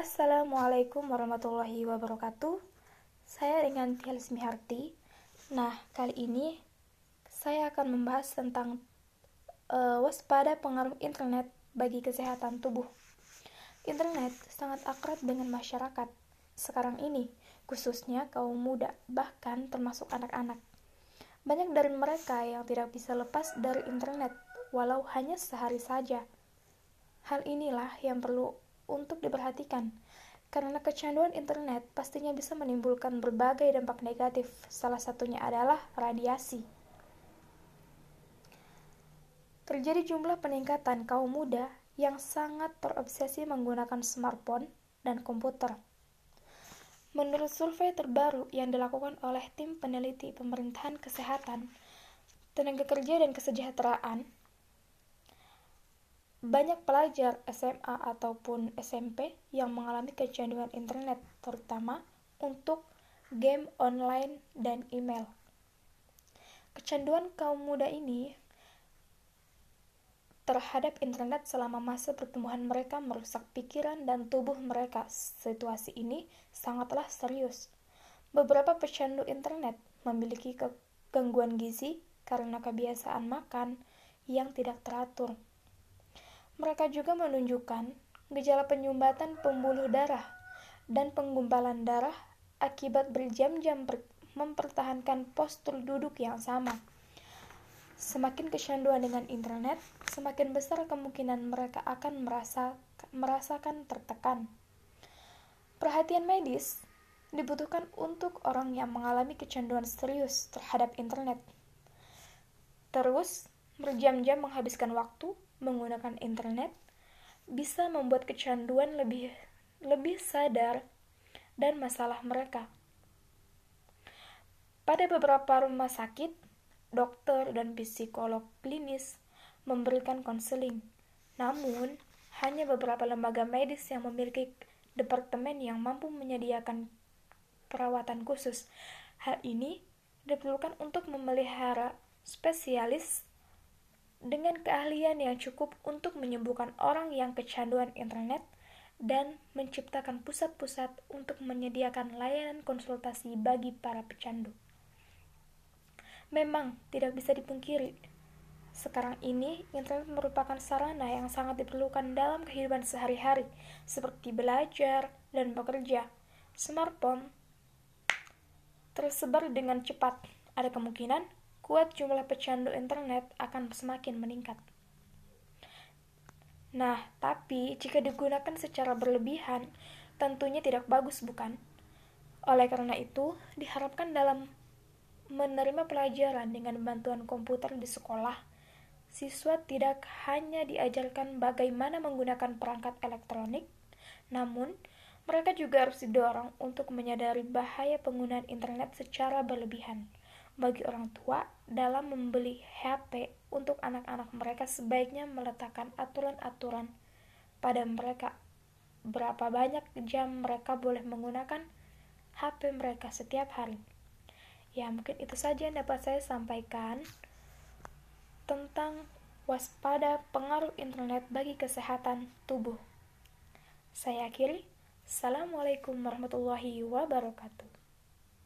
Assalamualaikum warahmatullahi wabarakatuh. Saya dengan Tialis Miharti. Nah, kali ini saya akan membahas tentang waspada pengaruh internet bagi kesehatan tubuh. Internet sangat akrab dengan masyarakat sekarang ini, khususnya kaum muda, bahkan termasuk anak-anak. Banyak dari mereka yang tidak bisa lepas dari internet, walau hanya sehari saja. Hal inilah yang perlu untuk diperhatikan, karena kecanduan internet pastinya bisa menimbulkan berbagai dampak negatif. Salah satunya adalah radiasi. Terjadi jumlah peningkatan kaum muda yang sangat terobsesi menggunakan smartphone dan komputer. Menurut survei terbaru yang dilakukan oleh tim peneliti Pemerintahan Kesehatan, Tenaga Kerja dan Kesejahteraan, banyak pelajar SMA ataupun SMP yang mengalami kecanduan internet, terutama untuk game online dan email. Kecanduan kaum muda ini terhadap internet selama masa pertumbuhan mereka merusak pikiran dan tubuh mereka. Situasi ini sangatlah serius. Beberapa pecandu internet memiliki gangguan gizi karena kebiasaan makan yang tidak teratur. Mereka juga menunjukkan gejala penyumbatan pembuluh darah dan penggumpalan darah akibat berjam-jam mempertahankan postur duduk yang sama. Semakin kecanduan dengan internet, semakin besar kemungkinan mereka akan merasakan tertekan. Perhatian medis dibutuhkan untuk orang yang mengalami kecanduan serius terhadap internet. Terus, berjam-jam menghabiskan waktu menggunakan internet bisa membuat kecanduan lebih sadar dan masalah mereka. Pada beberapa rumah sakit, dokter dan psikolog klinis memberikan konseling. Namun, hanya beberapa lembaga medis yang memiliki departemen yang mampu menyediakan perawatan khusus. Hal ini diperlukan untuk memelihara spesialis dengan keahlian yang cukup untuk menyembuhkan orang yang kecanduan internet dan menciptakan pusat-pusat untuk menyediakan layanan konsultasi bagi para pecandu. Memang tidak bisa dipungkiri, sekarang ini internet merupakan sarana yang sangat diperlukan dalam kehidupan sehari-hari, seperti belajar dan bekerja. Smartphone tersebar dengan cepat. Ada kemungkinan kuat jumlah pecandu internet akan semakin meningkat. Nah, tapi jika digunakan secara berlebihan, tentunya tidak bagus, bukan? Oleh karena itu, diharapkan dalam menerima pelajaran dengan bantuan komputer di sekolah, siswa tidak hanya diajarkan bagaimana menggunakan perangkat elektronik, namun mereka juga harus didorong untuk menyadari bahaya penggunaan internet secara berlebihan. Bagi orang tua, dalam membeli HP untuk anak-anak mereka sebaiknya meletakkan aturan-aturan pada mereka berapa banyak jam mereka boleh menggunakan HP mereka setiap hari. Ya, mungkin itu saja yang dapat saya sampaikan tentang waspada pengaruh internet bagi kesehatan tubuh. Saya akhiri. Assalamualaikum warahmatullahi wabarakatuh.